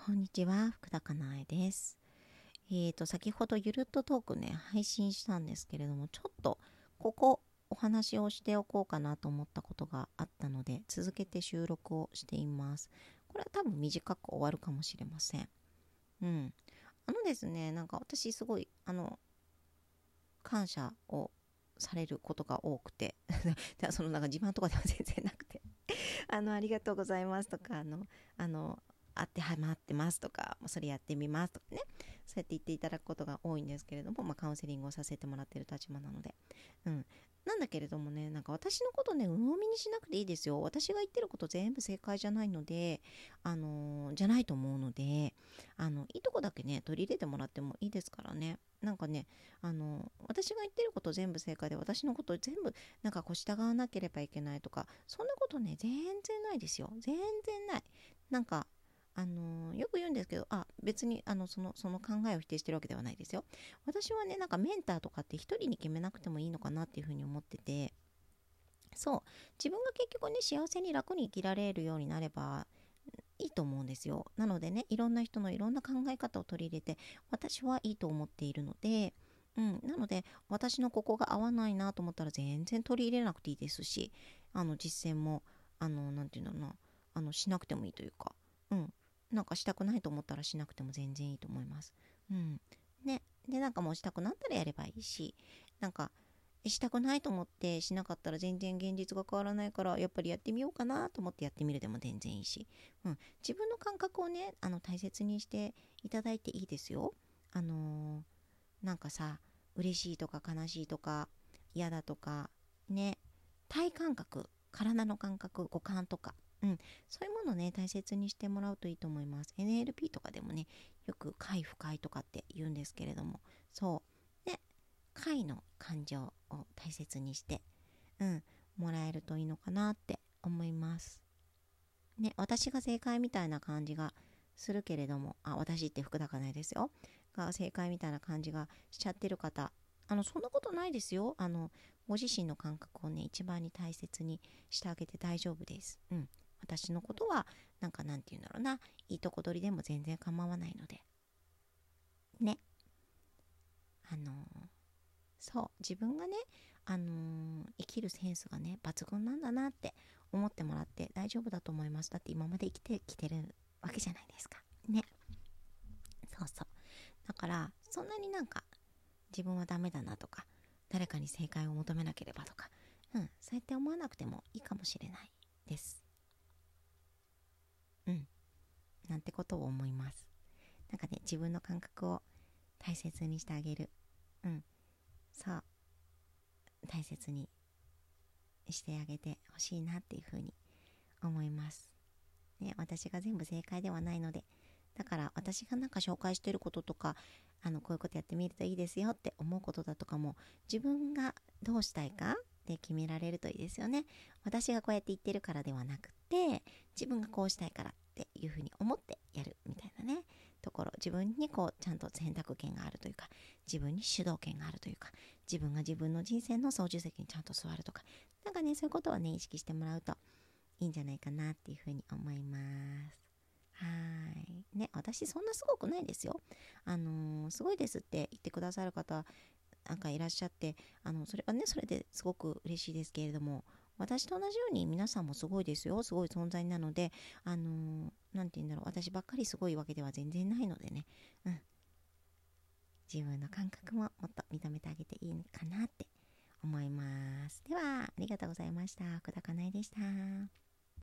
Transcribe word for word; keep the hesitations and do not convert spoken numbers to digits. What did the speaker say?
こんにちは、福田かなえです。えーと、先ほどゆるっとトークね、配信したんですけれども、ちょっとここお話をしておこうかなと思ったことがあったので、続けて収録をしています。これは多分短く終わるかもしれません。うん。あのですね、なんか私すごい、あの、感謝をされることが多くて、そのなんか自慢とかでは全然なくて、あの、ありがとうございますとか、あの、あの、あってはまってますとか、それやってみますとかね、そうやって言っていただくことが多いんですけれども、まあ、カウンセリングをさせてもらっている立場なので、うん。なんだけれどもね、なんか私のことね、鵜呑みにしなくていいですよ。私が言ってること全部正解じゃないので、あのーじゃないと思うので、あの、いいとこだけね、取り入れてもらってもいいですからね。なんかね、あのー私が言ってること全部正解で、私のこと全部なんかこう従わなければいけないとか、そんなことね、全然ないですよ。全然ない。なんか、あのーよく言うんですけど、あ、別にあのそのその考えを否定してるわけではないですよ。私はね、なんかメンターとかって一人に決めなくてもいいのかなっていうふうに思ってて、そう、自分が結局ね、幸せに楽に生きられるようになればいいと思うんですよ。なのでね、いろんな人のいろんな考え方を取り入れて、私はいいと思っているので、うん、なので、私のここが合わないなと思ったら全然取り入れなくていいですし、あの、実践も、あの、なんていうのかな、あの、しなくてもいいというか、うん、なんかしたくないと思ったらしなくても全然いいと思います。うん。ね。で、なんかもうしたくなったらやればいいし、なんか、したくないと思ってしなかったら全然現実が変わらないからやっぱりやってみようかなと思ってやってみるでも全然いいし、うん、自分の感覚をねあの大切にしていただいていいですよ。あのーなんかさ、嬉しいとか悲しいとか嫌だとかね、体感覚、体の感覚、五感とか、うん、そういうものをね大切にしてもらうといいと思います。 エヌエルピー とかでもね、よく快不快とかって言うんですけれども、そうね、快の感情を大切にして、うん、もらえるといいのかなって思います。ね、私が正解みたいな感じがするけれども、あ、私って福田かないですよ。が正解みたいな感じがしちゃってる方、あの、そんなことないですよ。あの、ご自身の感覚をね、一番に大切にしてあげて大丈夫です。うん。私のことは、なんかなんて言うんだろうな、いいとこ取りでも全然構わないので。ね。あのーそう自分がね、あのー生きるセンスがね抜群なんだなって思ってもらって大丈夫だと思います。だって今まで生きてきてるわけじゃないですかね。そうそう、だからそんなになんか自分はダメだなとか、誰かに正解を求めなければとか、うん、そうやって思わなくてもいいかもしれないです。うん、なんてことを思います。なんかね、自分の感覚を大切にしてあげる、うん、そう大切にしてあげてほしいなっていうふうに思います。ね、私が全部正解ではないので、だから私がなんか紹介してることとか、あのこういうことやってみるといいですよって思うことだとかも、自分がどうしたいかで決められるといいですよね。私がこうやって言ってるからではなくて、自分がこうしたいからっていうふうに思ってやるみたいなね、ところ、自分にこうちゃんと選択権があるというか、自分に主導権があるというか、自分が自分の人生の操縦席にちゃんと座るとか、なんかね、そういうことはね意識してもらうといいんじゃないかなっていうふうに思います。はい。ね、私そんなすごくないですよ。あのーすごいですって言ってくださる方なんかいらっしゃって、あの、それはね、それですごく嬉しいですけれども、私と同じように皆さんもすごいですよ。すごい存在なので、あのーなんて言うんだろう。私ばっかりすごいわけでは全然ないのでね。うん。自分の感覚ももっと認めてあげていいかなって思います。では、ありがとうございました。福田かなえでした。